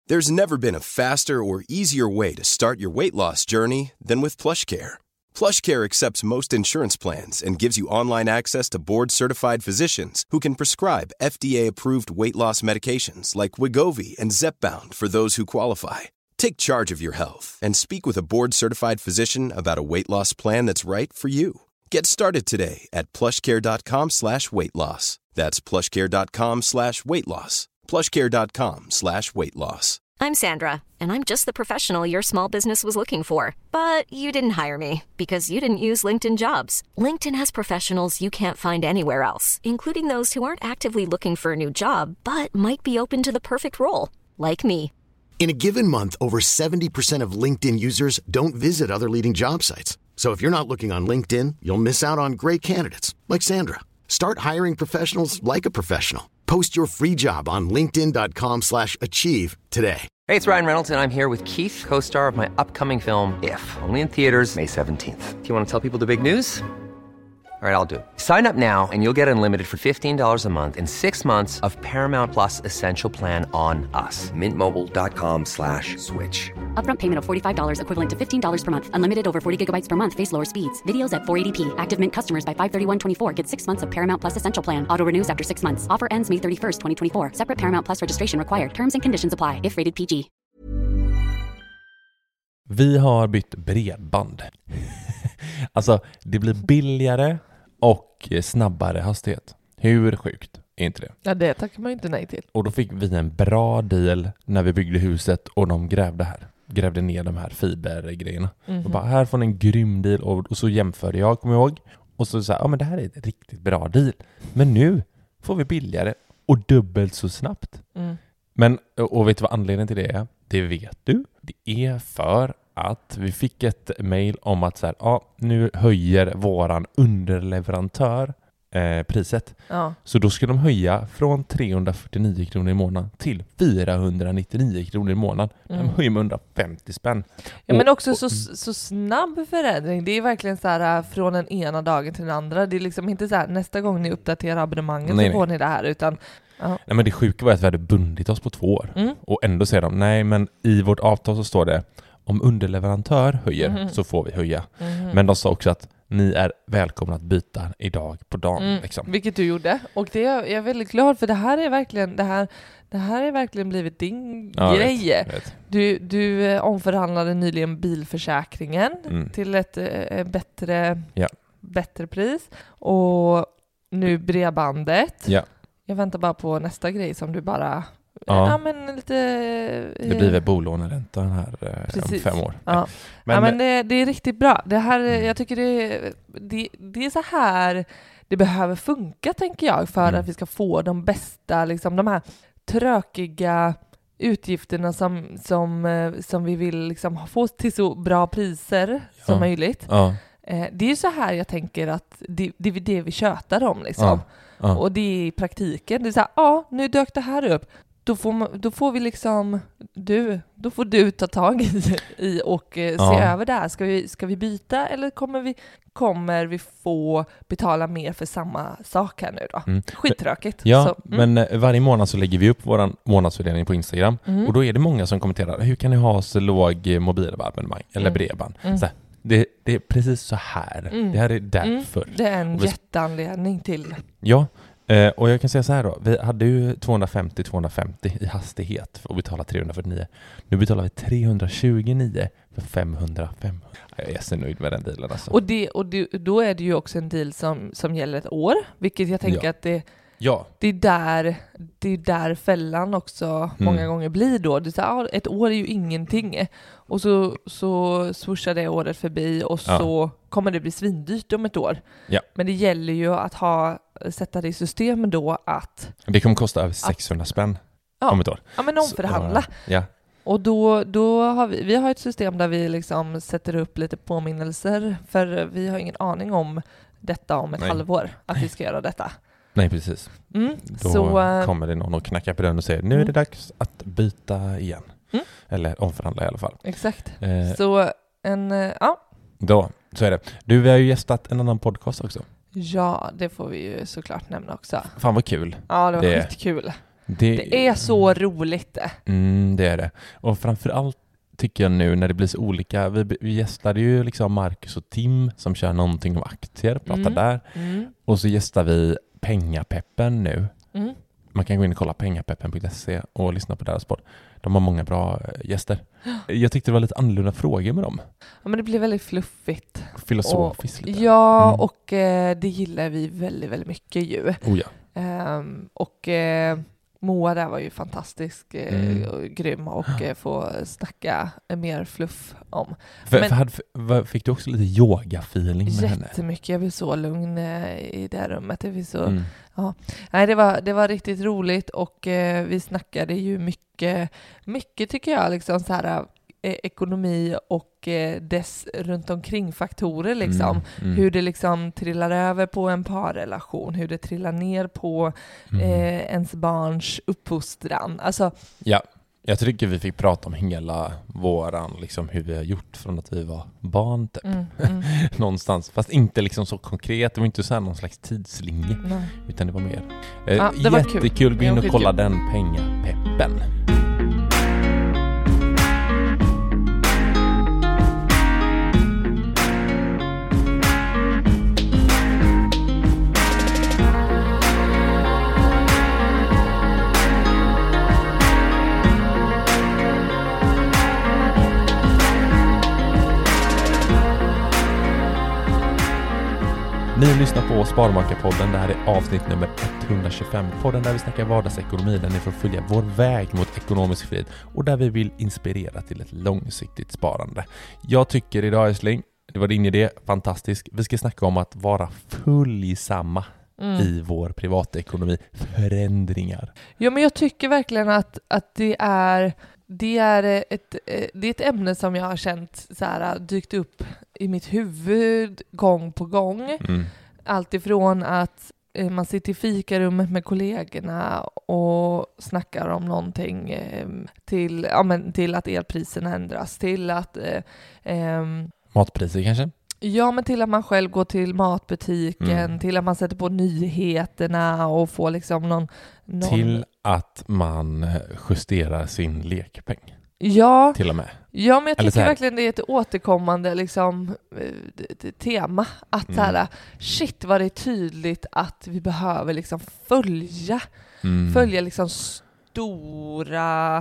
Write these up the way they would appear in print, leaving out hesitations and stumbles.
There's never been a faster or easier way to start your weight loss journey than with PlushCare. PlushCare accepts most insurance plans and gives you online access to board-certified physicians who can prescribe FDA-approved weight loss medications like Wegovy and Zepbound for those who qualify. Take charge of your health and speak with a board-certified physician about a weight loss plan that's right for you. Get started today at plushcare.com/weightloss. That's plushcare.com/weightloss. plushcare.com/weightloss. I'm Sandra, and I'm just the professional your small business was looking for. But you didn't hire me because you didn't use LinkedIn Jobs. LinkedIn has professionals you can't find anywhere else, including those who aren't actively looking for a new job, but might be open to the perfect role, like me. In a given month, over 70% of LinkedIn users don't visit other leading job sites. So if you're not looking on LinkedIn, you'll miss out on great candidates like Sandra. Start hiring professionals like a professional. Post your free job on linkedin.com/achieve today. Hey, it's Ryan Reynolds, and I'm here with Keith, co-star of my upcoming film, If, only in theaters May 17th. Do you want to tell people the big news? All right, I'll do it. Sign up now and you'll get unlimited for $15 a month and 6 months of Paramount Plus Essential Plan on us. Mintmobile.com/switch. Upfront payment of $45 equivalent to $15 per month. Unlimited over 40 gigabytes per month. Face lower speeds. Videos at 480p. Active Mint customers by 531.24 get 6 months of Paramount Plus Essential Plan. Auto renews after 6 months. Offer ends May 31st, 2024. Separate Paramount Plus registration required. Terms and conditions apply if rated PG. Vi har bytt bredband. Alltså, det blir billigare och snabbare hastighet. Hur sjukt är inte det? Ja, det tackar man ju inte nej till. Och då fick vi en bra deal när vi byggde huset och de grävde ner de här fibergrejerna. Och bara, här får ni en grym deal. Och så jämförde jag, kommer jag ihåg. Och så sa jag, men det här är ett riktigt bra deal. Men nu får vi billigare och dubbelt så snabbt. Men, och vet du vad anledningen till det är? Det vet du. Det är för att vi fick ett mejl om att så här, nu höjer våran underleverantör priset. Ja. Så då ska de höja från 349 kronor i månaden till 499 kronor i månaden. De höjer med 150 spänn. Ja, men också så snabb förändring. Det är verkligen så här från den ena dagen till den andra. Det är liksom inte så här nästa gång ni uppdaterar abonnemanget så får ni det här, utan nej, men det sjuka var att vi hade bundit oss på 2 år. Och ändå säger de, nej, men i vårt avtal så står det, om underleverantör höjer så får vi höja. Men de sa också att ni är välkomna att byta idag på dagen. Liksom. Vilket du gjorde. Och det är jag väldigt glad för. Det här är verkligen blivit din grej. Vet. Du omförhandlade nyligen bilförsäkringen till ett bättre pris. Och nu bredbandet. Ja. Jag väntar bara på nästa grej som du bara... Ja, men lite... Det blir väl bolåneräntan här om 5 år. Ja. Men det är riktigt bra. Det här, jag tycker det är så här det behöver funka, tänker jag, för att vi ska få de bästa, liksom, de här trökiga utgifterna som vi vill liksom få till så bra priser som möjligt. Ja. Det är ju så här jag tänker att det är det vi tjötar om, liksom. Ja. Och det är i praktiken. Det är så här, nu dök det här upp. Då får vi liksom då får du ta tag i och se över det här. Ska vi byta, eller kommer vi få betala mer för samma sak här nu då? Skittråkigt. Ja, men varje månad så lägger vi upp vår månadsfördelning på Instagram. Och då är det många som kommenterar, hur kan ni ha så låg mobilabonnemang eller bredband? Så här, det är precis så här. Det här är därför. Det är en jätteanledning till. Ja. Och jag kan säga så här då, vi hade ju 250 i hastighet för att betala 349. Nu betalar vi 329 för 505. Jag är så nöjd med den dealen alltså. Och då är det ju också en deal som gäller ett år, vilket jag tänker att det är där fällan också många gånger blir då. Det är så här, ett år är ju ingenting. Och så swooshar det året förbi och så kommer det bli svindyrt om ett år. Ja. Men det gäller ju att sätta det i system då att... Det kommer kosta över 600 spänn om ett år. Ja, men omförhandla. Och då har vi har ett system där vi liksom sätter upp lite påminnelser, för vi har ingen aning om detta om ett halvår, att vi ska göra detta. Nej, precis. Då kommer det någon och knackar på den och säger, nu är det dags att byta igen. Eller omförhandla i alla fall. Exakt. Så är det. Du, vi har ju gästat en annan podcast också. Ja, det får vi ju såklart nämna också. Fan vad kul. Ja, det var skitkul. Det är så roligt det. Det är det. Och framförallt tycker jag nu när det blir så olika. Vi gästade ju liksom Marcus och Tim som kör någonting om aktier, pratar där. Och så gästar vi Pengapeppen nu. Man kan gå in och kolla pengapeppen.se och lyssna på deras podd. De har många bra gäster. Jag tyckte det var lite annorlunda frågor med dem. Ja, men det blir väldigt fluffigt. Filosofiskt lite. Ja, och det gillar vi väldigt, väldigt mycket ju. Oh ja. Och Moa där var ju fantastisk och grym och få snacka mer fluff om. Fick du också lite yoga-feeling med henne? Jättemycket. Jag blev så lugn i det här rummet. Det var så, ja. Nej, det var riktigt roligt och vi snackade ju mycket tycker jag, liksom så här ekonomi och dess runt omkring faktorer liksom. Hur det liksom trillar över på en parrelation, hur det trillar ner på ens barns uppfostran. Alltså, ja, jag tycker vi fick prata om hela våran, liksom hur vi har gjort från att vi var barn typ. Någonstans, fast inte liksom så konkret. Det var inte så här någon slags tidslinje. Utan det var mer det var jättekul. Gå in och kolla den Pengapeppen. Ni lyssnar på Sparmakarpodden. Det här är avsnitt nummer 125. Podden där vi snackar vardagsekonomi, där ni får följa vår väg mot ekonomisk frihet och där vi vill inspirera till ett långsiktigt sparande. Jag tycker idag, Aisling, det var din idé, fantastisk. Vi ska snacka om att vara följsamma i vår privatekonomi. Förändringar. Ja, men jag tycker verkligen att det är ett ämne som jag har känt så här, dykt upp i mitt huvud gång på gång. Allt ifrån att man sitter i fikarummet med kollegorna och snackar om någonting till att elpriserna ändras, till att matpriser kanske? Ja, men till att man själv går till matbutiken, till att man sätter på nyheterna och får liksom någon... Till att man justerar sin lekpeng. Ja. Till och med. Ja, men jag tycker verkligen det är ett återkommande liksom, tema. Att så här, shit vad det är tydligt att vi behöver liksom följa liksom stora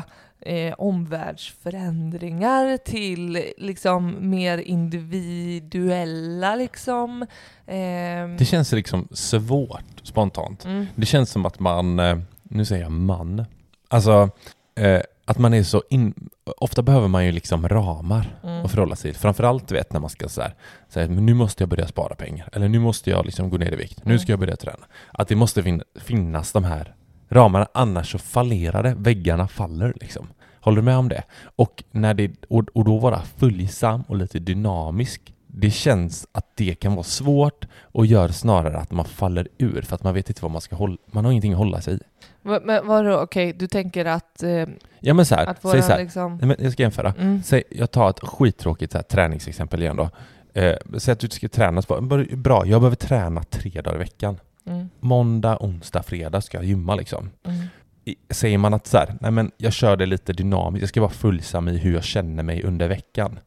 omvärldsförändringar till liksom mer individuella liksom. Det känns liksom svårt spontant. Det känns som att man, nu säger jag man, alltså att man är så ofta behöver man ju liksom ramar att förhålla sig till. Framförallt vet när man ska säga men nu måste jag börja spara pengar, eller nu måste jag liksom gå ner i vikt, nu ska jag börja träna. Att det måste finnas de här ramarna, annars så fallerar det, väggarna faller liksom. Håller du med om det? Och och då vara följsam och lite dynamisk, det känns att det kan vara svårt och gör snarare att man faller ur för att man vet inte vad man ska hålla, man har ingenting att hålla sig i. Men vadå, okej, du tänker att ja, men så här, att våra, säg så här, liksom... men jag ska jämföra. Jag tar ett skittråkigt så här, träningsexempel igen då. Säg att du ska träna, bra, jag behöver träna 3 dagar i veckan. Måndag, onsdag, fredag ska jag gymma liksom. Säger man att så här, nej men jag kör det lite dynamiskt, jag ska vara följsam i hur jag känner mig under veckan.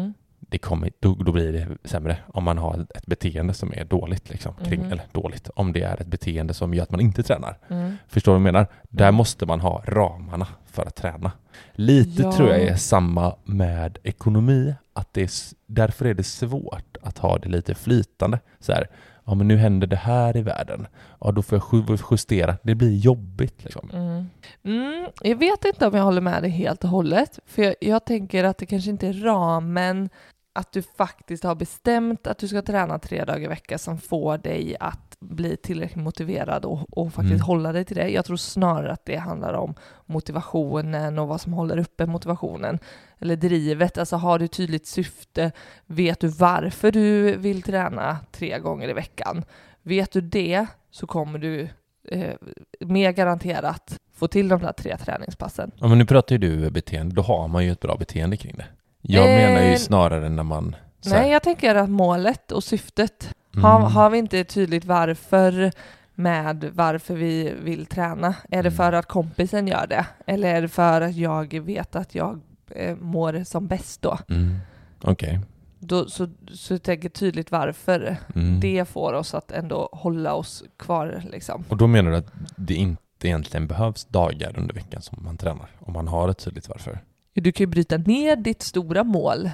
Då blir det sämre om man har ett beteende som är dåligt liksom, eller dåligt, om det är ett beteende som gör att man inte tränar. Förstår du vad jag menar? Där måste man ha ramarna för att träna. Lite tror jag är samma med ekonomi, att därför är det svårt att ha det lite flytande. Så här, ja men nu händer det här i världen. Ja, då får jag justera. Det blir jobbigt liksom. Jag vet inte om jag håller med dig helt och hållet. För jag tänker att det kanske inte är ramen att du faktiskt har bestämt att du ska träna 3 dagar i veckan som får dig att bli tillräckligt motiverad och faktiskt hålla dig till det. Jag tror snarare att det handlar om motivationen och vad som håller uppe motivationen eller drivet. Alltså har du tydligt syfte, vet du varför du vill träna 3 gånger i veckan. Vet du det så kommer du mer garanterat få till de där 3 träningspassen. Ja, men nu pratar ju du beteende, då har man ju ett bra beteende kring det. Jag menar ju snarare när man... Nej, jag tänker att målet och syftet, har vi inte tydligt varför med varför vi vill träna. Är det för att kompisen gör det? Eller är det för att jag vet att jag mår som bäst då? Okej. Så tänker tydligt varför. Det får oss att ändå hålla oss kvar liksom. Och då menar du att det inte egentligen behövs dagar under veckan som man tränar? Om man har ett tydligt varför? Du kan ju bryta ner ditt stora mål.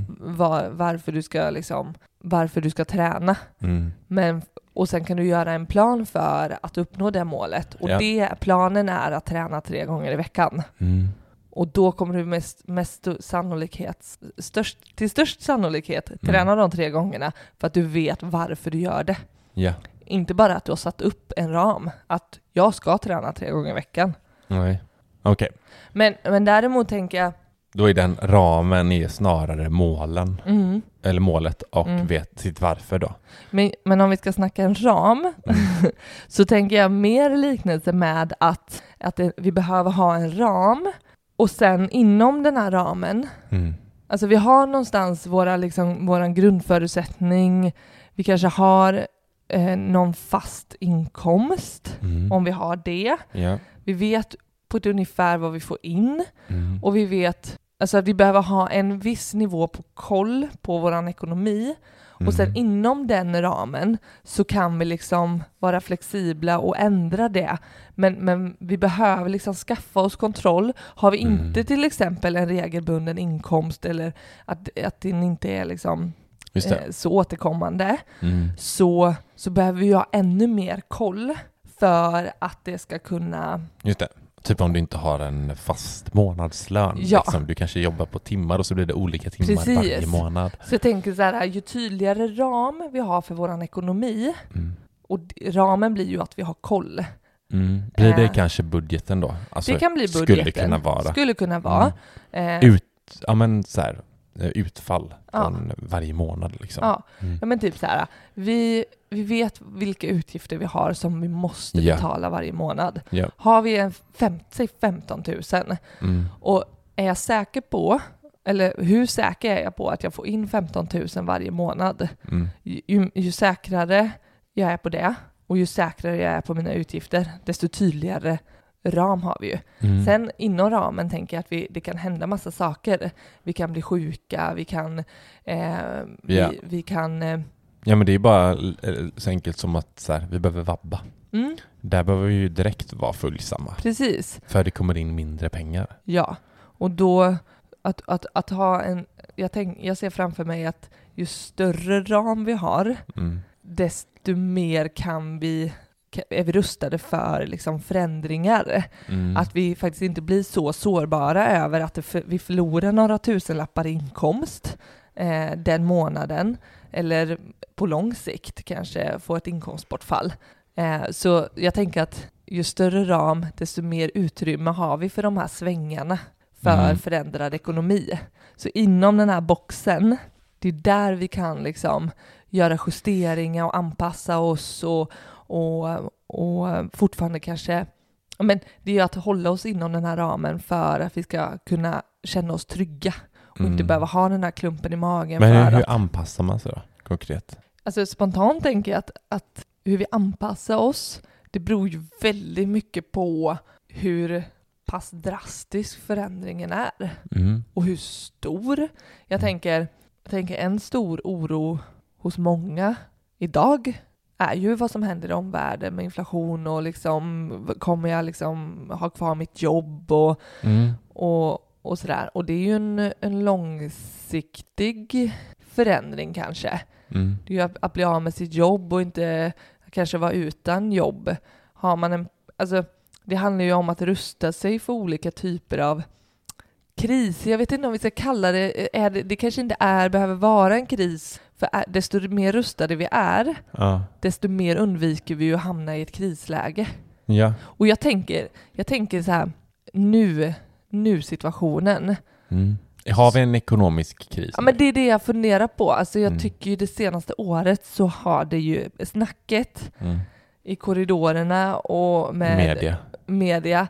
Varför du ska träna. Och sen kan du göra en plan för att uppnå det målet. Och planen är att träna 3 gånger i veckan. Och då kommer du till störst sannolikhet träna de 3 gångerna för att du vet varför du gör det. Ja. Inte bara att du har satt upp en ram att jag ska träna 3 gånger i veckan. Nej. Okej. Men däremot tänker jag... Då är den ramen är snarare målen. Eller målet och vet sitt varför då. Men om vi ska snacka en ram så tänker jag mer liknelse med att vi behöver ha en ram och sen inom den här ramen alltså vi har någonstans våran grundförutsättning. Vi kanske har någon fast inkomst om vi har det. Ja. Vi vet på ett ungefär vad vi får in och vi vet alltså att vi behöver ha en viss nivå på koll på våran ekonomi och sen inom den ramen så kan vi liksom vara flexibla och ändra det. Men vi behöver liksom skaffa oss kontroll. Har vi inte till exempel en regelbunden inkomst eller att den inte är liksom så återkommande så behöver vi ha ännu mer koll för att det ska kunna... Just det. Typ om du inte har en fast månadslön. Ja. Liksom. Du kanske jobbar på timmar och så blir det olika timmar varje månad. Så jag tänker så här, ju tydligare ram vi har för våran ekonomi och ramen blir ju att vi har koll. Blir det kanske budgeten då? Alltså, det kan bli budgeten. Skulle kunna vara. Utfall från varje månad liksom. Ja, men typ så här. Vi vet vilka utgifter vi har som vi måste betala varje månad. Ja. Har vi säg 15 000 och är jag säker på, eller hur säker är jag på att jag får in 15 000 varje månad? Ju säkrare jag är på det och ju säkrare jag är på mina utgifter, desto tydligare ram har vi ju. Sen inom ramen tänker jag att det kan hända massa saker. Vi kan bli sjuka, vi kan... vi kan Ja, men det är bara så enkelt som att så här, vi behöver vabba. Där behöver vi ju direkt vara följsamma. Precis. För det kommer in mindre pengar. Ja, och då att ha en... Jag ser framför mig att ju större ram vi har, desto mer är vi rustade för liksom förändringar. Att vi faktiskt inte blir så sårbara över att vi förlorar några tusenlappar i inkomst den månaden. Eller på lång sikt kanske få ett inkomstbortfall. Så jag tänker att ju större ram, desto mer utrymme har vi för de här svängarna för förändrad ekonomi. Så inom den här boxen, det är där vi kan liksom göra justeringar och anpassa oss och fortfarande kanske... Men det är ju att hålla oss inom den här ramen för att vi ska kunna känna oss trygga och inte behöva ha den här klumpen i magen. Men hur anpassar man sig då, konkret? Alltså spontant tänker jag att hur vi anpassar oss, det beror ju väldigt mycket på hur pass drastisk förändringen är och hur stor. Jag tänker en stor oro hos många idag är ju vad som händer i omvärlden med inflation och liksom kommer jag liksom ha kvar mitt jobb och sådär. Och det är ju en långsiktig förändring kanske. Det är ju att bli av med sitt jobb och inte kanske vara utan jobb. Har man det handlar ju om att rusta sig för olika typer av kris. Jag vet inte om vi ska kalla det, det kanske inte behöver vara en kris. För desto mer rustade vi är, desto mer undviker vi att hamna i ett krisläge. Ja. Och jag tänker så här, nu situationen. Har vi en ekonomisk kris? Ja, men det är det jag funderar på. Alltså jag tycker ju det senaste året så har det ju snacket i korridorerna och med media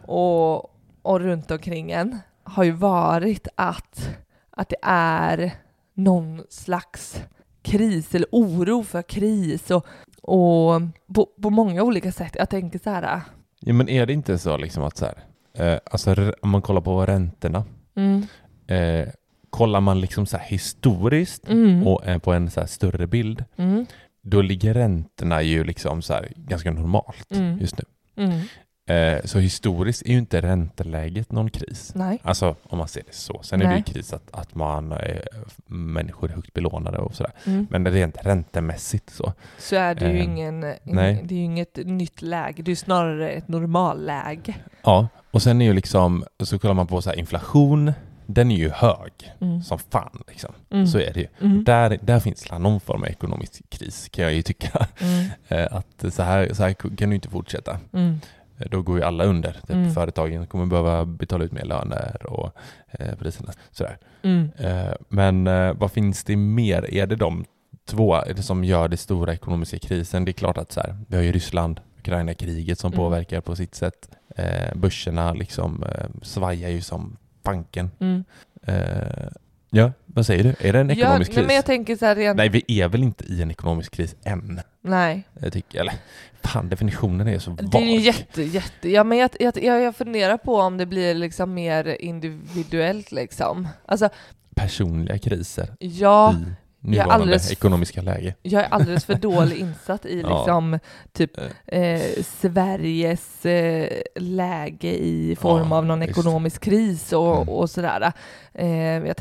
och runt omkring en har ju varit att det är någon slags kris eller oro för kris Och på många olika sätt. Jag tänker så här. Ja, men är det inte så liksom att så här, alltså om man kollar på räntorna, kollar man liksom så här historiskt och på en så här större bild, då ligger räntorna ju liksom så här ganska normalt just nu. Så historiskt är ju inte ränteläget någon kris. Nej. Alltså om man ser det så. Sen är det ju kris att man människor är högt belånade och sådär. Men rent räntemässigt så är det ju det är ju inget nytt läge. Det är ju snarare ett normalläge. Ja, och sen är ju liksom, så kollar man på så här inflation, den är ju hög som fan liksom. Så är det ju. Där finns någon form av ekonomisk kris, kan jag ju tycka. Att så här kan du inte fortsätta. Då går ju alla under. Företagen kommer behöva betala ut mer löner och priserna. Sådär. Men vad finns det mer? Är det de två som gör det stora ekonomiska krisen? Det är klart att så här, vi har ju Ryssland, Ukraina-kriget som påverkar på sitt sätt. Börserna liksom svajar ju som banken. Ja, vad säger du? Är det en ekonomisk kris? Nej, men jag tänker så här Nej, vi är väl inte i en ekonomisk kris än. Nej. Jag tycker, eller fan, definitionen är så vag. Det är jätte. Ja, men jag funderar på om det blir liksom mer individuellt liksom. Alltså personliga kriser. Ja. I nuvarande ekonomiska läge. Jag är alldeles för dålig insatt i liksom typ Sveriges läge i form av någon ekonomisk kris och sådär. Jag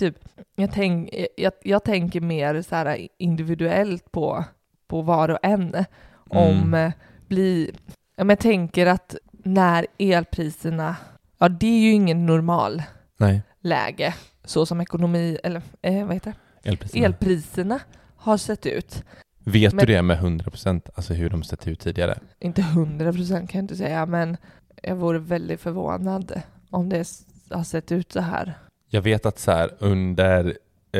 tänker mer så här individuellt på var och en. Jag tänker att när elpriserna, det är ju ingen normal läge så som ekonomi eller vad heter det? Elpriserna har sett ut. Vet du det med 100%? Alltså hur de sett ut tidigare? Inte 100% kan jag inte säga, men jag vore väldigt förvånad om det har sett ut så här. Jag vet att så här under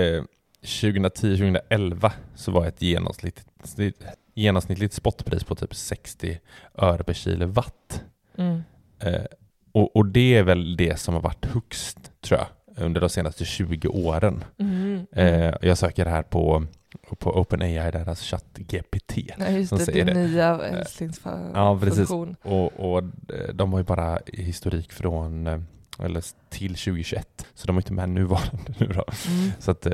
2010-2011 så var ett genomsnittligt spotpris på typ 60 öre per kilowatt. Och det är väl det som har varit högst, tror jag, under de senaste 20 åren. Jag söker här på OpenAI, deras ChatGPT. Ja, just det, din nya älsklingsfunktion. Ja, precis. Och de har ju bara historik från eller till 2021. Så de är inte med nuvarande nu då. Så att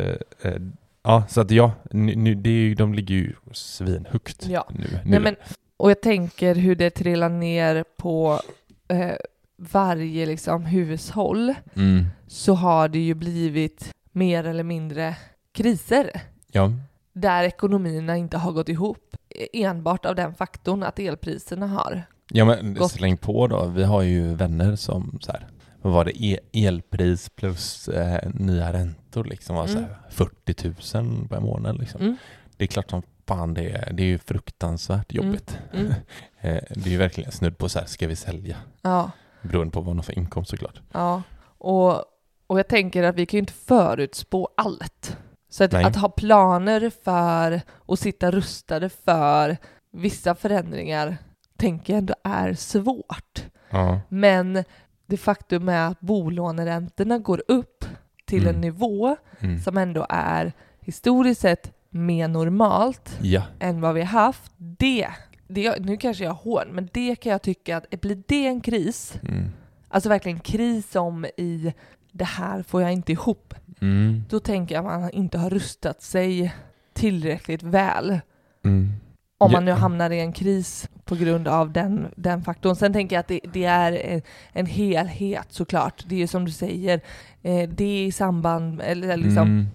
de ligger ju svinhögt nu. Nej, men, och jag tänker hur det trillar ner på varje liksom hushåll, så har det ju blivit mer eller mindre kriser. Ja. Där ekonomierna inte har gått ihop enbart av den faktorn att elpriserna har gått. Släng på då. Vi har ju vänner som så här, vad var det, elpris plus nya räntor liksom var så här 40 000 per månad liksom. Det är klart som fan det är ju fruktansvärt jobbigt. Det är ju verkligen snudd på så här, ska vi sälja? Ja. Beroende på vad man får inkomst såklart. Ja, och jag tänker att vi kan ju inte förutspå allt. Så att ha planer för och sitta rustade för vissa förändringar tänker jag ändå är svårt. Ja. Men det faktum är att bolåneräntorna går upp till en nivå som ändå är historiskt sett mer normalt än vad vi har haft. Nu kanske jag är hård, men det kan jag tycka att blir det en kris, alltså verkligen kris som i det här får jag inte ihop, då tänker jag att man inte har rustat sig tillräckligt väl om man nu hamnar i en kris på grund av den faktorn. Sen tänker jag att det är en helhet såklart. Det är som du säger, det är i samband eller liksom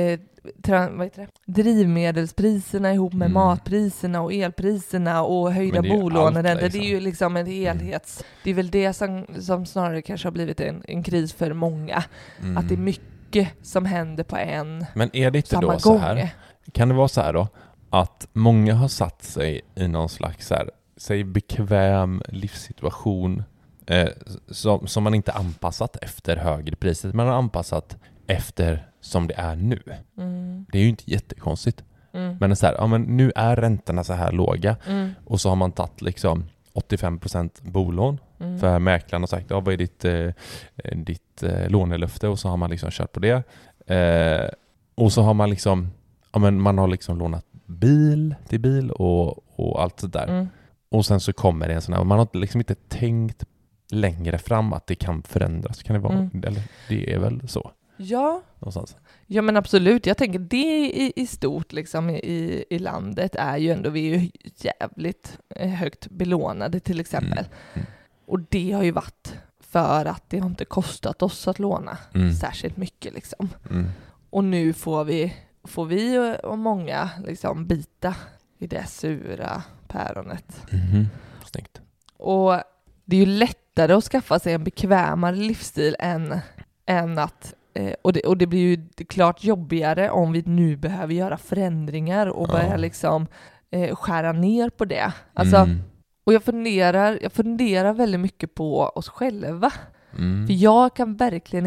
drivmedelspriserna ihop med matpriserna och elpriserna och höjda bolåneräntor. Liksom. Det är ju liksom en helhets... Det är väl det som snarare kanske har blivit en kris för många. Att det är mycket som händer på Men är det inte då så här? Kan det vara så här då? Att många har satt sig i någon slags så här, säg bekväm livssituation som man inte anpassat efter högre priser. Man har anpassat efter som det är nu. Det är ju inte jättekonstigt. Men så här, men nu är räntorna så här låga och så har man tagit liksom 85% bolån för mäklaren har sagt, vad är ditt lånelöfte, och så har man liksom kört på det. Och så har man liksom man har liksom lånat bil till bil och allt det där. Och sen så kommer det en sån här, och man har liksom inte tänkt längre fram att det kan förändras. Kan det vara? Eller det är väl så? Ja. Någonstans. Ja, men absolut. Jag tänker det i stort liksom i landet är ju ändå, vi är ju jävligt högt belånade till exempel. Och det har ju varit för att det har inte kostat oss att låna särskilt mycket liksom. Och nu får vi och många liksom bita i det sura päronet. Snyggt. Och det är ju lättare att skaffa sig en bekvämare livsstil än att och det blir ju klart jobbigare om vi nu behöver göra förändringar och börja liksom skära ner på det. Alltså, och jag funderar väldigt mycket på oss själva. För jag kan verkligen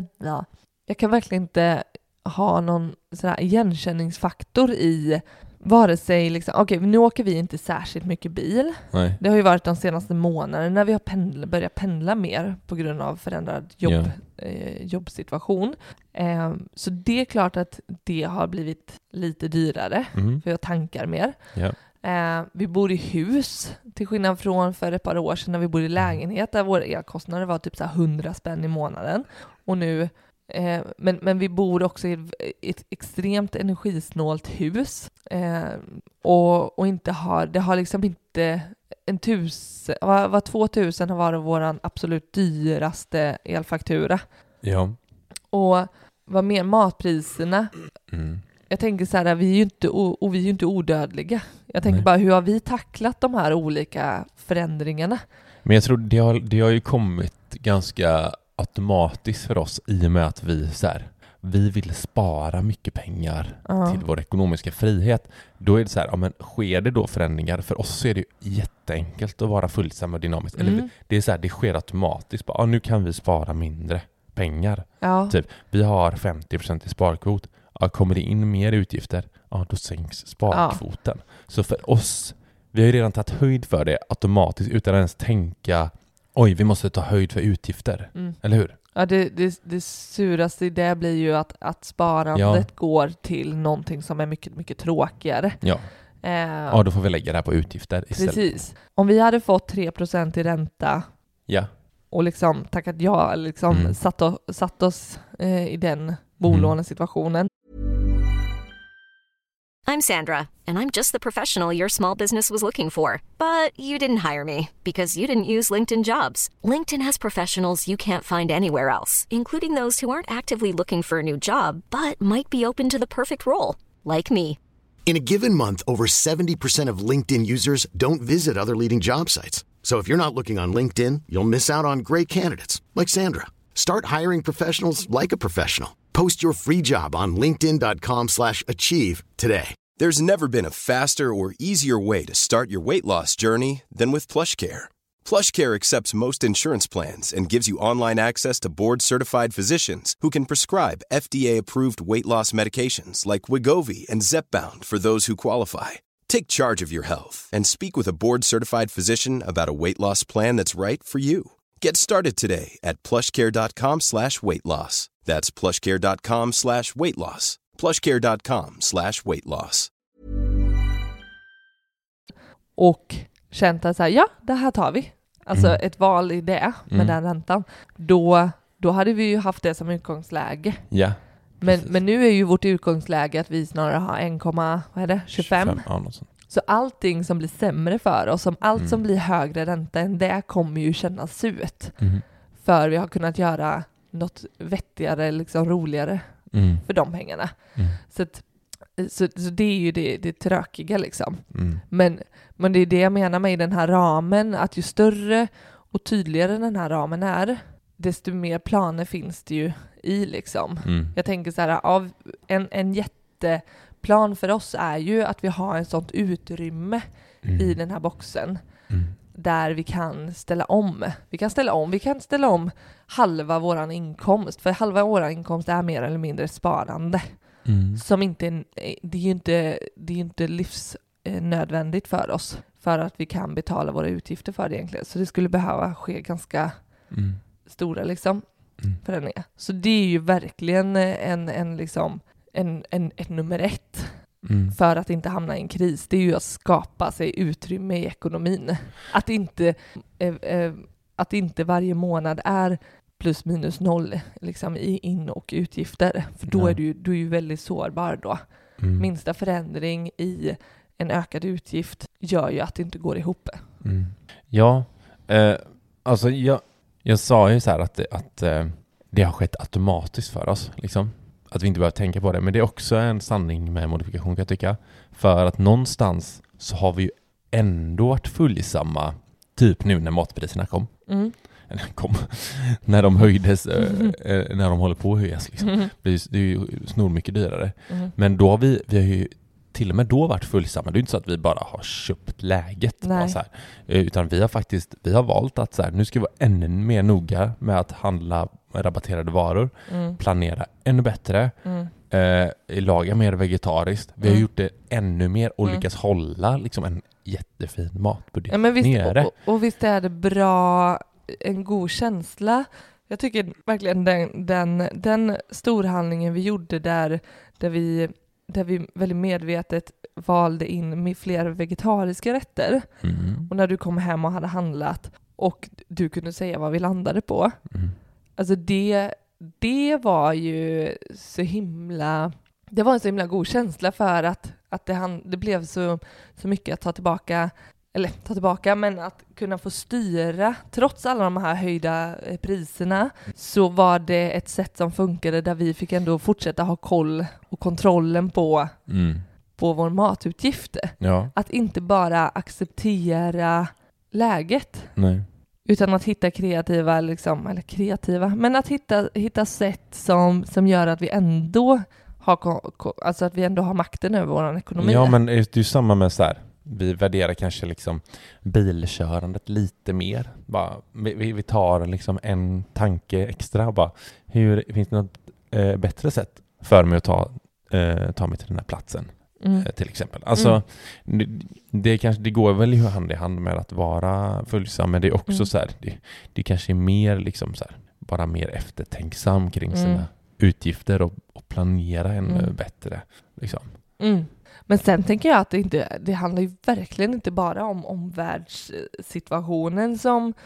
inte ha någon sån här igenkänningsfaktor i vare sig liksom, okej, nu åker vi inte särskilt mycket bil. Nej. Det har ju varit de senaste månaderna när vi har börjat pendla mer på grund av förändrad jobbsituation. Så det är klart att det har blivit lite dyrare för jag tankar mer. Vi bor i hus till skillnad från för ett par år sedan när vi bodde i lägenhet där våra elkostnader var typ så här 100 spänn i månaden. Och nu men vi bor också i ett extremt energisnålt hus och inte det har liksom inte 2000 har varit våran absolut dyraste elfaktura. Ja. Och vad mer matpriserna. Jag tänker så här, vi är ju inte odödliga. Jag tänker bara, hur har vi tacklat de här olika förändringarna? Men jag tror det har ju kommit ganska automatiskt för oss i och med att vi vill spara mycket pengar till vår ekonomiska frihet. Då är det så här, men sker det då förändringar? För oss är det ju jätteenkelt att vara följsam och dynamisk. Eller det är så här, det sker automatiskt. Bara, nu kan vi spara mindre pengar. Ja. Typ, vi har 50% i sparkvot. Kommer det in mer utgifter, då sänks sparkvoten. Så för oss, vi har ju redan tagit höjd för det automatiskt utan att ens tänka vi måste ta höjd för utgifter. Eller hur? Ja, det suraste i det blir ju att sparandet går till någonting som är mycket, mycket tråkigare. Ja. Då får vi lägga det här på utgifter istället. Precis. Om vi hade fått 3% i ränta och liksom tackat liksom satt oss i den bolånesituationen. I'm Sandra, and I'm just the professional your small business was looking for. But you didn't hire me because you didn't use LinkedIn Jobs. LinkedIn has professionals you can't find anywhere else, including those who aren't actively looking for a new job, but might be open to the perfect role, like me. In a given month, over 70% of LinkedIn users don't visit other leading job sites. So if you're not looking on LinkedIn, you'll miss out on great candidates like Sandra. Start hiring professionals like a professional. Post your free job on linkedin.com/achieve today. There's never been a faster or easier way to start your weight loss journey than with PlushCare. PlushCare accepts most insurance plans and gives you online access to board-certified physicians who can prescribe FDA-approved weight loss medications like Wegovy and Zepbound for those who qualify. Take charge of your health and speak with a board-certified physician about a weight loss plan that's right for you. Get started today at plushcare.com/weightloss. That's plushcare.com/weightloss. plushcare.com/weightloss. Och känt att det här tar vi. Alltså ett val i det med den räntan. Då hade vi ju haft det som utgångsläge. Ja. Men nu är ju vårt utgångsläge att vi snarare har 1,25. Så allting som blir sämre för oss, allt som blir högre ränta än det kommer ju kännas ut. För vi har kunnat göra något vettigare, liksom roligare för de pengarna. Så det är ju det tråkiga liksom. Men det är det jag menar med den här ramen, att ju större och tydligare den här ramen är, desto mer planer finns det ju i liksom. Jag tänker så här, av en jätteplan för oss är ju att vi har ett sånt utrymme i den här boxen där vi kan ställa om. Vi kan ställa om halva våran inkomst, för halva våran inkomst är mer eller mindre sparande. Som inte, det är ju inte livsnödvändigt för oss för att vi kan betala våra utgifter för det egentligen. Så det skulle behöva ske ganska stora liksom förändringar. Så det är ju verkligen ett nummer 1. för att inte hamna i en kris, det är ju att skapa sig utrymme i ekonomin. Att inte varje månad är plus minus noll liksom, i in- och utgifter. För då är du är ju väldigt sårbar då. Minsta förändring i en ökad utgift gör ju att det inte går ihop. Ja, alltså jag sa ju så här att det har skett automatiskt för oss. Liksom. Att vi inte behöver tänka på det. Men det är också en sanning med modifikation kan jag tycka. För att någonstans så har vi ju ändå varit följsamma typ nu när matpriserna kom. När de höjdes, när de håller på att höjas. Liksom. Det är ju snor mycket dyrare. Men då har vi har ju till och med då varit följsamma. Det är inte så att vi bara har köpt läget. Bara så här. Utan vi har valt att så här, nu ska vi vara ännu mer noga med att handla rabatterade varor. Planera ännu bättre. Laga mer vegetariskt. Vi har gjort det ännu mer och lyckats hålla liksom en jättefin matbudget nere. Och visst är det bra, en god känsla. Jag tycker verkligen den storhandlingen vi gjorde där vi väldigt medvetet valde in med fler vegetariska rätter. Och när du kom hem och hade handlat och du kunde säga vad vi landade på. Alltså det var ju så himla... Det var en så himla god känsla för att det blev så mycket att ta tillbaka, men att kunna få styra trots alla de här höjda priserna, så var det ett sätt som funkade där vi fick ändå fortsätta ha koll och kontrollen på vår matutgift. Ja. Att inte bara acceptera läget. Nej. Utan att hitta kreativa, men att hitta sätt som gör att vi ändå alltså att vi ändå har makten över vår ekonomi. Ja, men det är ju samma med så här. Vi värderar kanske liksom bilkörandet lite mer. Bara, vi tar liksom en tanke extra. Bara, finns det något bättre sätt för mig att ta mig till den här platsen? Till exempel. Alltså, det går väl ju hand i hand med att vara följsam, men det är också så här, det kanske är mer liksom så här, bara mer eftertänksam kring sina utgifter och planera ännu bättre. Liksom. Men sen tänker jag att det handlar ju verkligen inte bara om omvärldssituationen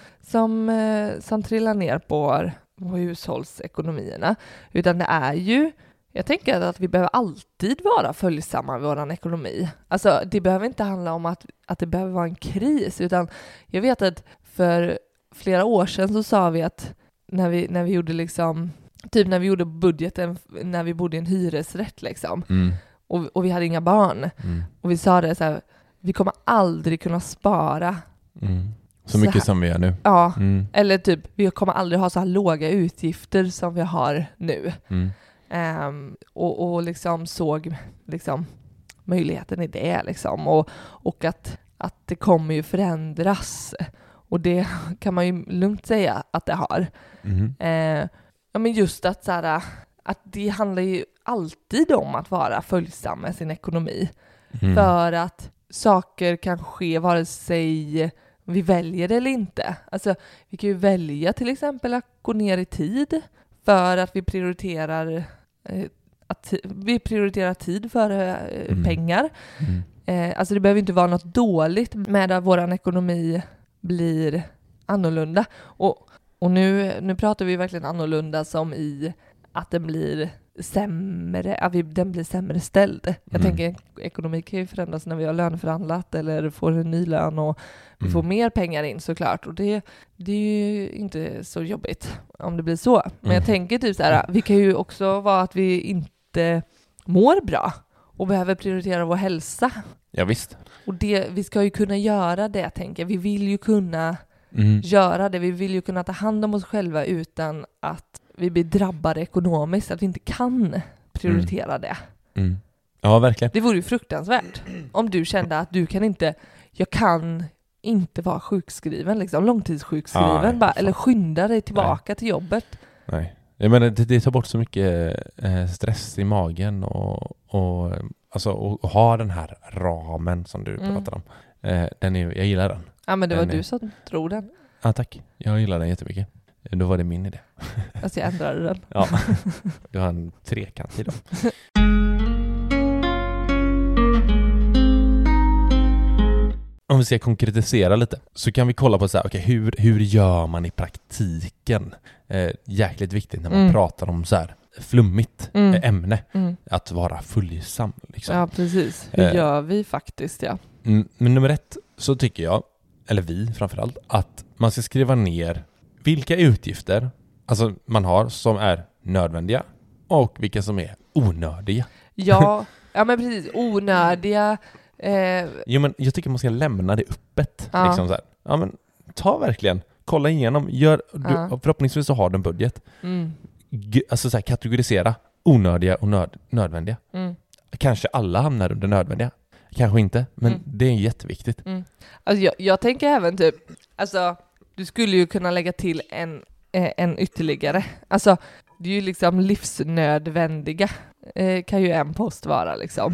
som trillar ner på hushållsekonomierna, utan det är ju, jag tänker att vi behöver alltid vara följsamma med vår ekonomi. Alltså det behöver inte handla om att det behöver vara en kris, utan jag vet att för flera år sedan så sa vi att när vi gjorde liksom, typ när vi gjorde budgeten när vi bodde i en hyresrätt liksom, och vi hade inga barn, och vi sa det så här, vi kommer aldrig kunna spara så mycket som vi gör nu. Ja, eller typ vi kommer aldrig ha så här låga utgifter som vi har nu. Och liksom såg liksom möjligheten i det liksom, och att det kommer ju förändras, och det kan man ju lugnt säga att det har. Ja, men just att så här, att det handlar ju alltid om att vara följsam med sin ekonomi, för att saker kan ske vare sig vi väljer det eller inte. Alltså vi kan ju välja till exempel att gå ner i tid för att vi prioriterar tid före pengar. Alltså det behöver inte vara något dåligt med att vår ekonomi blir annorlunda. Och nu pratar vi verkligen annorlunda som i att den blir sämre, den blir sämre ställd. Jag tänker ekonomi kan ju förändras när vi har löneförhandlat eller får en ny lön och vi får mer pengar in såklart. Och det är ju inte så jobbigt om det blir så. Men jag tänker typ så här, vi kan ju också vara att vi inte mår bra och behöver prioritera vår hälsa. Ja, visst. Och vi ska ju kunna göra det, tänker jag. Vi vill ju kunna göra det. Vi vill ju kunna ta hand om oss själva utan att vi blir drabbade ekonomiskt, att vi inte kan prioritera det. Ja, verkligen. Det vore ju fruktansvärt om du kände att jag kan inte vara sjukskriven, liksom, långtidssjukskriven, eller skynda dig tillbaka till jobbet. Nej. Jag menar, det tar bort så mycket stress i magen och ha den här ramen som du pratar om. Jag gillar den. Ja, men det var du som tror den. Ja, tack. Jag gillar den jättemycket. Då var det min idé. Alltså jag ändrade den. Ja, du har en trekant i dem. om vi ska konkretisera lite så kan vi kolla på så här, okay, hur gör man i praktiken? Jäkligt viktigt när man pratar om så här flummigt ämne. Att vara följsam. Liksom. Ja, precis. Hur gör vi faktiskt, ja. Men nummer 1 så tycker jag, eller vi framförallt, att man ska skriva ner vilka utgifter alltså man har som är nödvändiga och vilka som är onödiga. Ja, men precis. Onödiga. Jo, men jag tycker man ska lämna det öppet. Ja. Liksom så här. Ja, men ta verkligen. Kolla igenom. Förhoppningsvis så har du en budget. Alltså så här, kategorisera onödiga och nödvändiga. Kanske alla hamnar under nödvändiga. Kanske inte, men det är jätteviktigt. Alltså jag tänker även typ, alltså du skulle ju kunna lägga till en ytterligare. Alltså det är ju liksom livsnödvändiga kan ju en post vara liksom.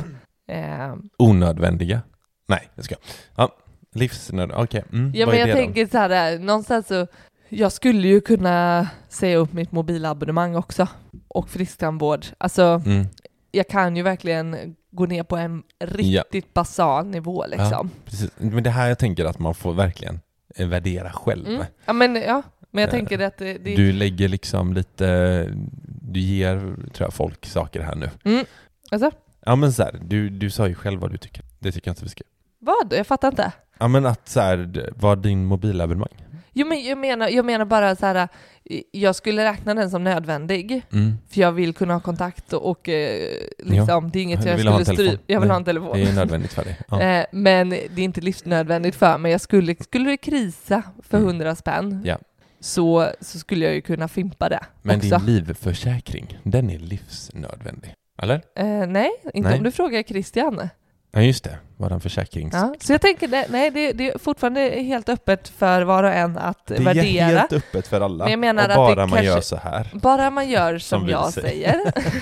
Onödvändiga? Nej, det ska ja, livsnödvändiga, okej. Ja, men jag tänker så här, någonstans så jag skulle ju kunna säga upp mitt mobilabonnemang också och frisktandvård. Alltså jag kan ju verkligen gå ner på en riktigt basal nivå liksom. Ja, precis. Men det här jag tänker att man får verkligen värdera själv. Ja, men jag tänker att det... Du lägger liksom lite... Du ger, tror jag, folk saker här nu. Alltså? Ja, men så här, du sa ju själv vad du tycker. Det tycker jag inte vi ska. Vad? Jag fattar inte. Ja, men att så här, vad din mobilabonnemang? Jo, men jag menar bara så här, jag skulle räkna den som nödvändig. För jag vill kunna ha kontakt och liksom, det är inget jag skulle strypa. Jag vill ha en telefon. Det är nödvändigt för dig. Ja. Men det är inte livsnödvändigt för mig. Skulle det krisa för 100 spänn så skulle jag ju kunna fimpa det. Men också. Din livförsäkring, den är livsnödvändig. Eller? Nej, inte om du frågar Christian. Ja, just det. Var den försäkrings... Ja, så jag tänker, det är fortfarande helt öppet för var och en att värdera. Det är helt öppet för alla. Men jag menar och att bara det man gör så här. Bara man gör som jag säger.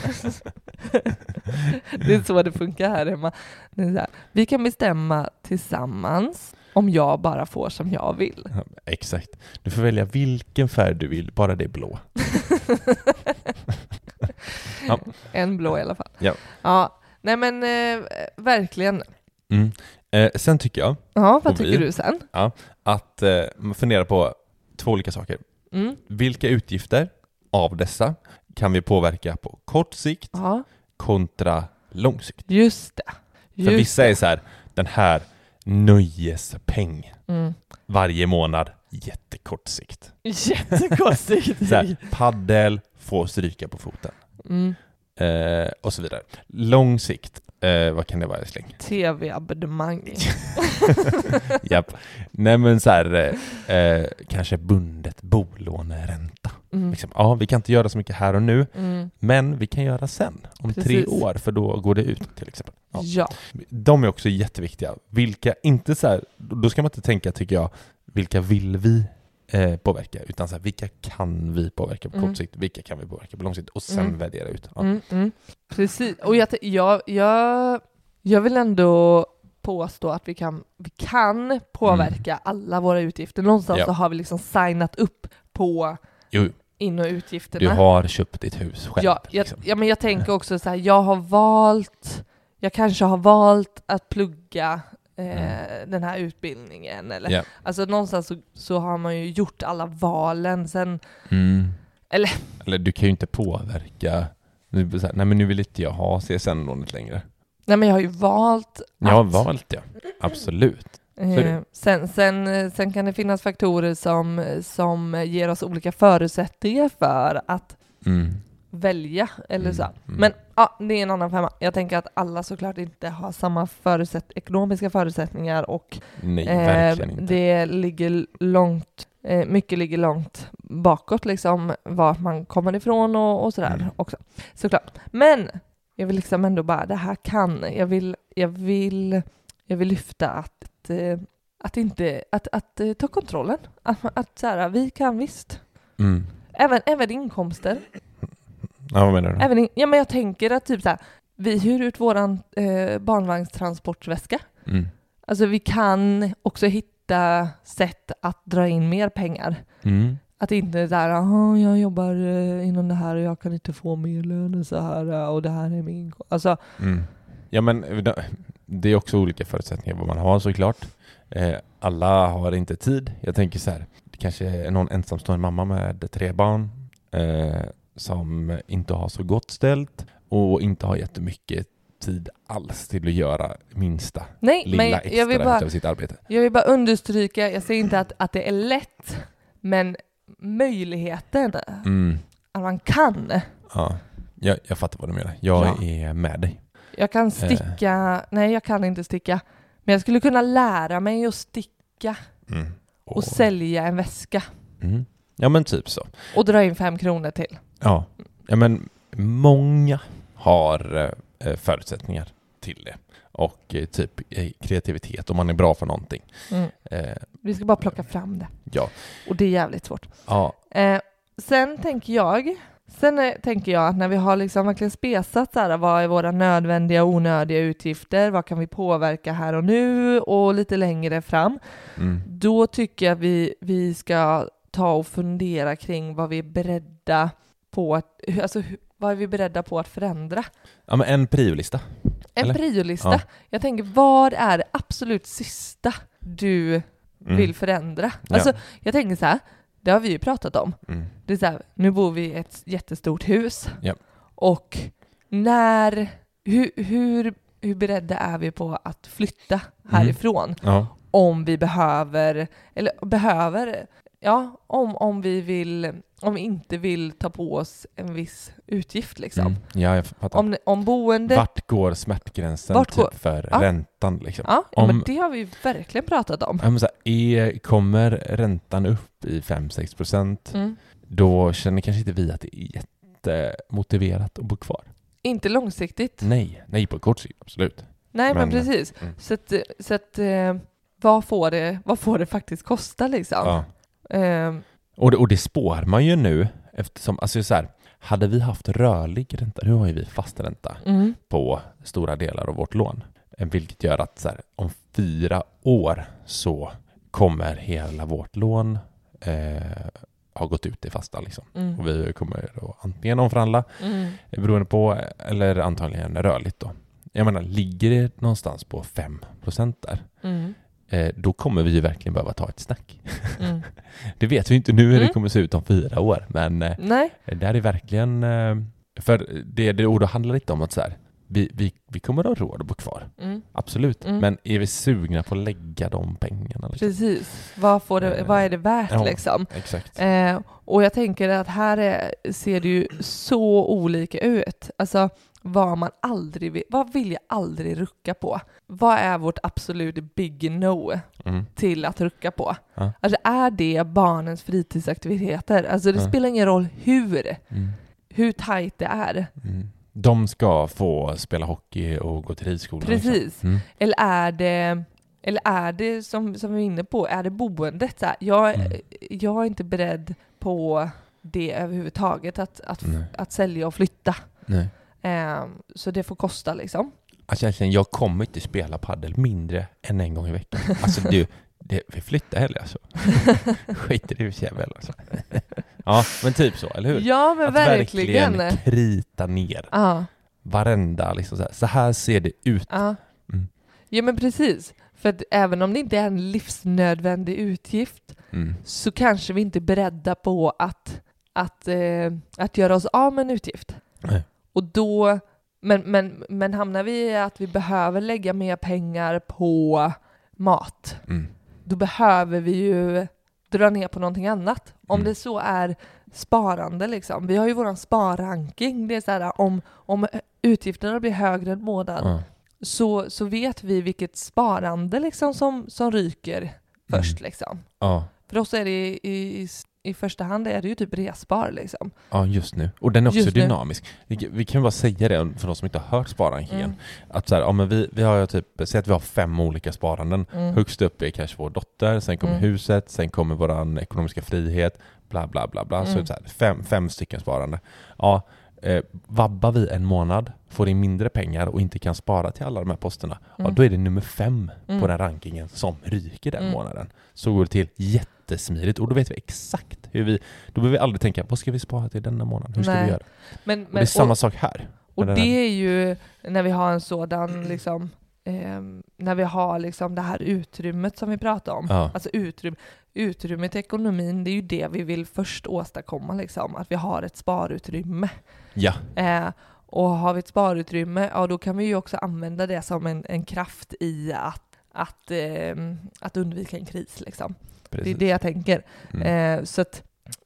Det är så det funkar här hemma. Det är så här, vi kan bestämma tillsammans om jag bara får som jag vill. Ja, exakt. Du får välja vilken färg du vill, bara det är blå. Ja. En blå i alla fall. Ja. Nej men verkligen. Sen tycker jag... Ja, vad tycker du sen? Ja, att man funderar på 2 olika saker. Vilka utgifter av dessa kan vi påverka på kort sikt kontra lång sikt? Just det. För vissa är så här, den här nöjespeng varje månad, jättekort sikt. Jättekort sikt. Så här, paddel, få stryka på foten. Och så vidare. Lång sikt, vad kan det vara i släng? TV-abonnemang. Japp. Nej, men så här, kanske bundet bolåneränta. Liksom, ja, vi kan inte göra så mycket här och nu, men vi kan göra sen om 3 år, för då går det ut till exempel. Ja. De är också jätteviktiga. Vilka inte så här, då ska man inte tänka, tycker jag, vilka vill vi påverka, utan så här, vilka kan vi påverka på kort sikt, vilka kan vi påverka på lång sikt och sen värdera ut. Precis, och jag vill ändå påstå att vi kan påverka alla våra utgifter. Någonstans så har vi liksom signat upp på in- och utgifterna. Du har köpt ditt hus själv. Men jag tänker också så här, jag kanske har valt att plugga den här utbildningen eller alltså någonstans så har man ju gjort alla valen sen eller du kan ju inte påverka nej, men nu vill inte jag ha CSN-lånet längre. Nej, men jag har ju valt absolut. Sen kan det finnas faktorer som ger oss olika förutsättningar för att välja eller så. Men det är en annan femma. Jag tänker att alla såklart inte har samma ekonomiska förutsättningar och verkligen inte. Det ligger mycket ligger långt bakåt liksom var man kommer ifrån och sådär också. Såklart. Men jag vill liksom ändå bara det här jag vill lyfta att ta kontrollen. Att så här, vi kan visst. Även inkomster. Ja, vad menar du? Men jag tänker att typ så här, vi hyr ut våran barnvagnstransportväska. Alltså vi kan också hitta sätt att dra in mer pengar. Att inte så här, jag jobbar inom det här och jag kan inte få mer lön så här och det här är min inkomst. Alltså, Ja, men det är också olika förutsättningar vad man har såklart. Alla har inte tid. Jag tänker så här, det kanske är någon ensamstående mamma med 3 barn som inte har så gott ställt och inte har jättemycket tid alls till att göra minsta lilla extra av sitt arbete. Jag vill bara understryka, jag säger inte att det är lätt, men möjligheten att man kan. Ja, jag fattar vad du menar. Jag är med dig. Jag kan sticka, nej jag kan inte sticka, men jag skulle kunna lära mig att sticka och sälja en väska. Ja men typ så. Och dra in 5 kronor till. Ja men många har förutsättningar till det. Och typ kreativitet om man är bra för någonting. Vi ska bara plocka fram det. Ja. Och det är jävligt svårt. Ja. Sen tänker jag att när vi har liksom verkligen spesat så här, vad är våra nödvändiga och onödiga utgifter, vad kan vi påverka här och nu och lite längre fram, då tycker jag vi ska ta och fundera kring vad vi är beredda på att förändra. Ja, men en priolista. En priolista. Ja. Jag tänker, vad är det absolut sista du vill förändra? Alltså, jag tänker så här, det har vi ju pratat om. Det är så här, nu bor vi i ett jättestort hus. Yep. Och hur beredda är vi på att flytta härifrån? Ja. Om vi om vi inte vill ta på oss en viss utgift liksom. Ja, jag fattar. Om boende... Vart går smärtgränsen för räntan liksom? Ja, men det har vi verkligen pratat om. Kommer räntan upp i 5-6%, då känner kanske inte vi att det är jättemotiverat att bo kvar. Inte långsiktigt. Nej, på kort sikt, absolut. Nej, men precis. Så att vad får det faktiskt kosta liksom? Ja. Och det spår man ju nu eftersom, alltså så här, hade vi haft rörlig ränta, nu har ju vi fast ränta på stora delar av vårt lån, vilket gör att så här, om 4 år så kommer hela vårt lån ha gått ut i fasta liksom. Och vi kommer då antingen omförhandla beroende på, eller antagligen rörligt då. Jag menar, ligger det någonstans på 5% där, då kommer vi ju verkligen behöva ta ett snack. Det vet vi inte nu hur det kommer se ut om 4 år. Men det är verkligen... För det då handlar lite om att så här, vi kommer att ha råd att bo kvar. Absolut. Men är vi sugna på att lägga de pengarna? Liksom? Precis. Vad är det värt liksom? Exakt. Och jag tänker att här ser det ju så olika ut. Alltså... Vad vill jag aldrig rucka på? Vad är vårt absolut big no till att rucka på? Ja. Alltså är det barnens fritidsaktiviteter? Alltså det spelar ingen roll hur tajt det är. De ska få spela hockey och gå till ridskolan. Precis. Eller är det som vi är inne på, är det boendet? Så här, jag är inte beredd på det överhuvudtaget, att sälja och flytta. Nej. Så det får kosta liksom. Alltså jag kommer inte spela paddel mindre än en gång i veckan. Alltså vi flyttar heller alltså. Skiter i jävel alltså. Ja, men typ så, eller hur? Ja, men att verkligen krita ner. Varenda liksom så här ser det ut. Ja, men precis. För att även om det inte är en livsnödvändig utgift så kanske vi inte är beredda på att göra oss av med en utgift. Nej. Och då, men hamnar vi i att vi behöver lägga mer pengar på mat, då behöver vi ju dra ner på någonting annat. Om det så är sparande liksom. Vi har ju våran sparranking. Det är så här, om utgifterna blir högre än månad så vet vi vilket sparande liksom som ryker först liksom. För oss är det i första hand är det ju typ resspar liksom. Ja, just nu. Och den är också dynamisk. Vi kan bara säga det för de som inte har hört sparrankingen. Att så här, men vi har ju typ, säg att vi har 5 olika sparanden. Högst upp är kanske vår dotter, sen kommer huset, sen kommer våran ekonomiska frihet, bla bla bla bla. Så, så här, 5 stycken sparande. Ja, vabbar vi en månad, får in mindre pengar och inte kan spara till alla de här posterna, ja, då är det nummer 5 på den rankingen som ryker den månaden. Så går det till jättesmidigt och då vet vi exakt hur då behöver vi aldrig tänka, vad ska vi spara till denna månaden? Hur ska vi göra? Men det är samma sak här. Och det är ju när vi har en sådan liksom när vi har liksom det här utrymmet som vi pratar om. Ja. Alltså utrymmet i ekonomin, det är ju det vi vill först åstadkomma liksom, att vi har ett sparutrymme. Ja. Och har vi ett sparutrymme, ja då kan vi ju också använda det som en kraft i att undvika en kris liksom. Precis. Det är det jag tänker. Så att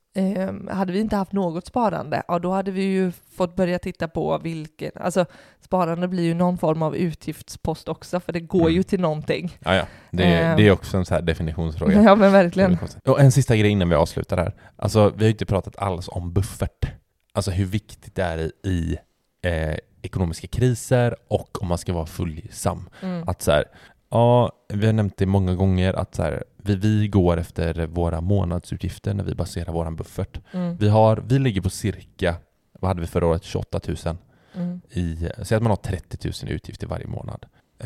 hade vi inte haft något sparande, ja då hade vi ju fått börja titta på alltså sparande blir ju någon form av utgiftspost också, för det går ju till någonting. Ja. Det är också en så här definitionsfråga. Ja, men verkligen. Och en sista grej innan vi avslutar här. Alltså, vi har ju inte pratat alls om buffert. Alltså hur viktigt det är i ekonomiska kriser och om man ska vara följsam. Att så här, ja, vi har nämnt det många gånger att så här, vi går efter våra månadsutgifter när vi baserar våran buffert. Vi ligger på cirka, vad hade vi förra året? 28 000. Säg att man har 30 000 i utgifter varje månad.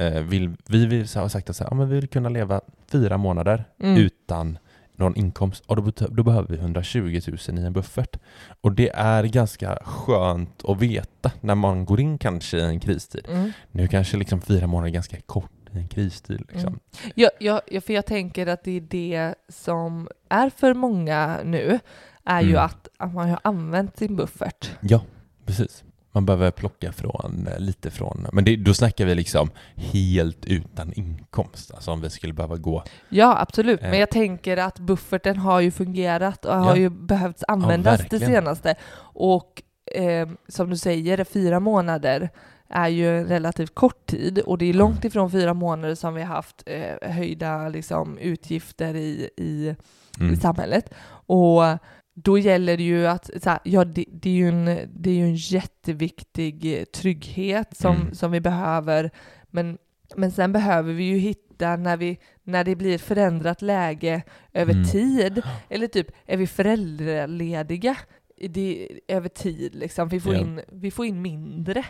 Vi har sagt att så här, ja, men vi vill kunna leva 4 månader utan någon inkomst, och då behöver vi 120 000 i en buffert. Och det är ganska skönt att veta när man går in kanske i en kristid. Nu kanske liksom 4 månader är ganska kort i en kristid. Liksom. För jag tänker att det är det som är för många nu, är ju att man har använt sin buffert. Ja, precis. Man behöver plocka lite från, men då snackar vi liksom helt utan inkomst, alltså om vi skulle behöva gå. Ja, absolut. Men jag tänker att bufferten har ju fungerat och har ju behövts användas det senaste. Och som du säger, 4 månader är ju en relativt kort tid, och det är långt ifrån 4 månader som vi har haft höjda liksom, utgifter i samhället. Och då gäller det ju att det är ju en jätteviktig trygghet som vi behöver, men sen behöver vi ju hitta när det blir ett förändrat läge över tid, eller typ är vi föräldralediga över tid liksom, vi får in mindre.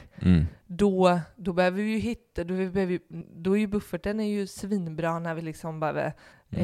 Då behöver vi ju hitta, då är ju bufferten är ju svinbra när vi liksom behöver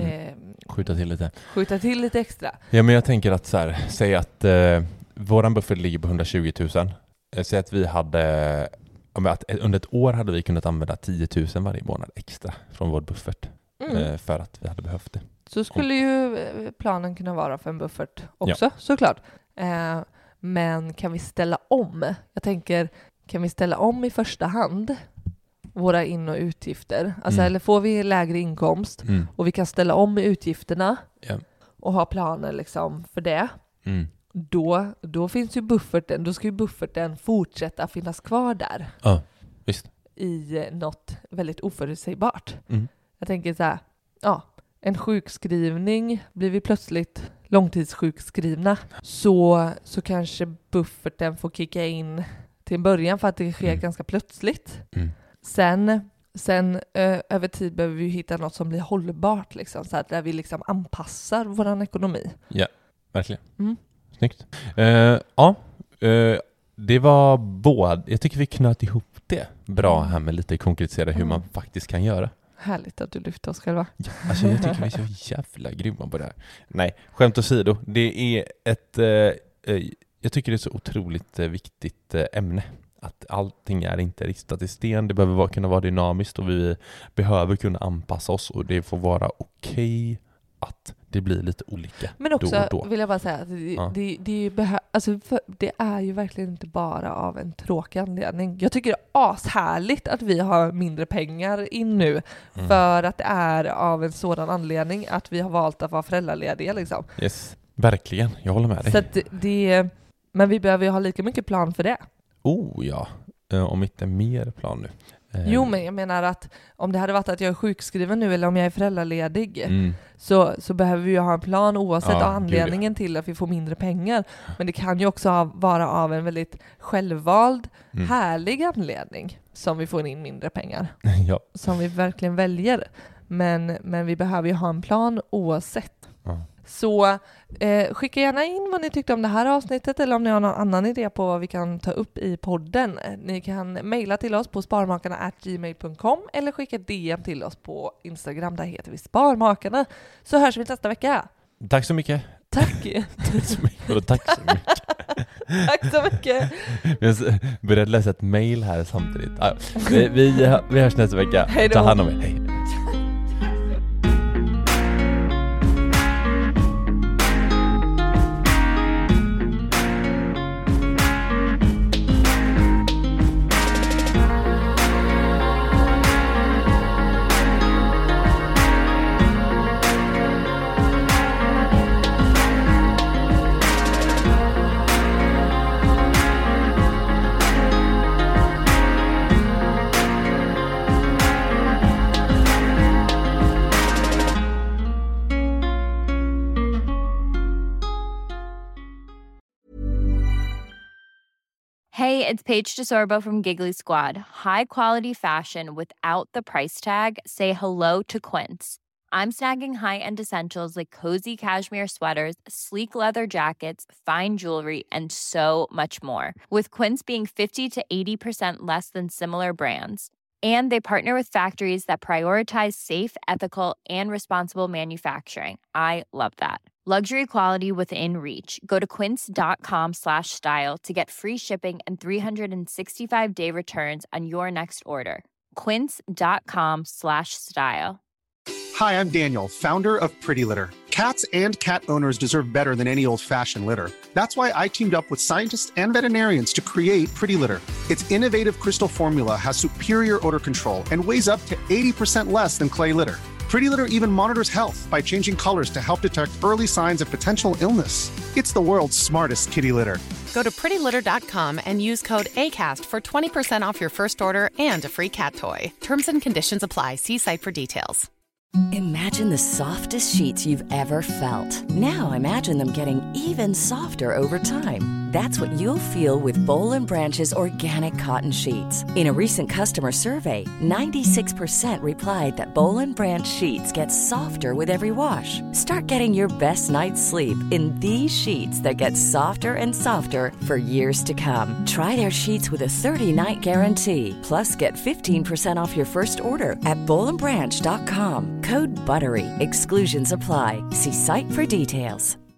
skjuta till lite extra. Ja, men jag tänker att så här, säg att våran buffert ligger på 120 000. Säg att vi hade under ett år hade vi kunnat använda 10 000 varje månad extra från vår buffert för att vi hade behövt det. Så skulle ju planen kunna vara för en buffert också, såklart. Men kan vi ställa om? Jag tänker, kan vi ställa om i första hand våra in- och utgifter? Alltså, eller får vi lägre inkomst och vi kan ställa om utgifterna och ha planer liksom för det. Då finns ju bufferten, då ska ju bufferten fortsätta finnas kvar där. Ja, visst. I något väldigt oförutsägbart. Jag tänker så här, en sjukskrivning, blir vi plötsligt långtidssjukskrivna, så kanske bufferten får kicka in till en början för att det sker ganska plötsligt. Sen över tid behöver vi hitta något som blir hållbart liksom, så att där vi liksom anpassar våran ekonomi. Ja, verkligen. Snyggt. Det var jag tycker vi knöt ihop det bra här med lite konkretisera hur man faktiskt kan göra. Härligt att du lyfter oss själva. Ja, alltså jag tycker vi är så jävla grymma på det här. Nej, skämt åsido. Det är jag tycker det är så otroligt viktigt ämne. Att allting är inte ristat i sten. Det behöver kunna vara dynamiskt och vi behöver kunna anpassa oss, och det får vara okej att det blir lite olika. Men också då. Vill jag bara säga att det är ju verkligen inte bara av en tråkig anledning. Jag tycker det är ashärligt att vi har mindre pengar in nu för att det är av en sådan anledning att vi har valt att vara föräldralediga liksom. Yes, verkligen. Jag håller med dig. Så att men vi behöver ju ha lika mycket plan för det. Oh ja, om inte mer plan nu. Jo, men jag menar att om det hade varit att jag är sjukskriven nu eller om jag är föräldraledig så behöver vi ju ha en plan oavsett anledningen till att vi får mindre pengar. Men det kan ju också vara av en väldigt självvald, härlig anledning som vi får in mindre pengar. Ja. Som vi verkligen väljer. Men vi behöver ju ha en plan oavsett. Så skicka gärna in vad ni tyckte om det här avsnittet, eller om ni har någon annan idé på vad vi kan ta upp i podden. Ni kan mejla till oss på sparmakarna@gmail.com eller skicka DM till oss på Instagram, där heter vi Sparmakarna. Så hörs vi nästa vecka. Tack så mycket. Tack. Tack så mycket. Tack så mycket. Jag började läsa ett mejl här samtidigt. Vi hörs nästa vecka. Hej då. Ta hand om er. Hej. Hey, it's Paige DeSorbo from Giggly Squad. High quality fashion without the price tag. Say hello to Quince. I'm snagging high-end essentials like cozy cashmere sweaters, sleek leather jackets, fine jewelry, and so much more. With Quince being 50 to 80% less than similar brands. And they partner with factories that prioritize safe, ethical, and responsible manufacturing. I love that. Luxury quality within reach. Go to quince.com/style to get free shipping and 365-day returns on your next order. Quince.com/style. Hi, I'm Daniel, founder of Pretty Litter. Cats and cat owners deserve better than any old-fashioned litter. That's why I teamed up with scientists and veterinarians to create Pretty Litter. Its innovative crystal formula has superior odor control and weighs up to 80% less than clay litter. Pretty Litter even monitors health by changing colors to help detect early signs of potential illness. It's the world's smartest kitty litter. Go to prettylitter.com and use code ACAST for 20% off your first order and a free cat toy. Terms and conditions apply. See site for details. Imagine the softest sheets you've ever felt. Now imagine them getting even softer over time. That's what you'll feel with Boll & Branch's organic cotton sheets. In a recent customer survey, 96% replied that Boll & Branch sheets get softer with every wash. Start getting your best night's sleep in these sheets that get softer and softer for years to come. Try their sheets with a 30-night guarantee. Plus, get 15% off your first order at bollandbranch.com. Code BUTTERY. Exclusions apply. See site for details.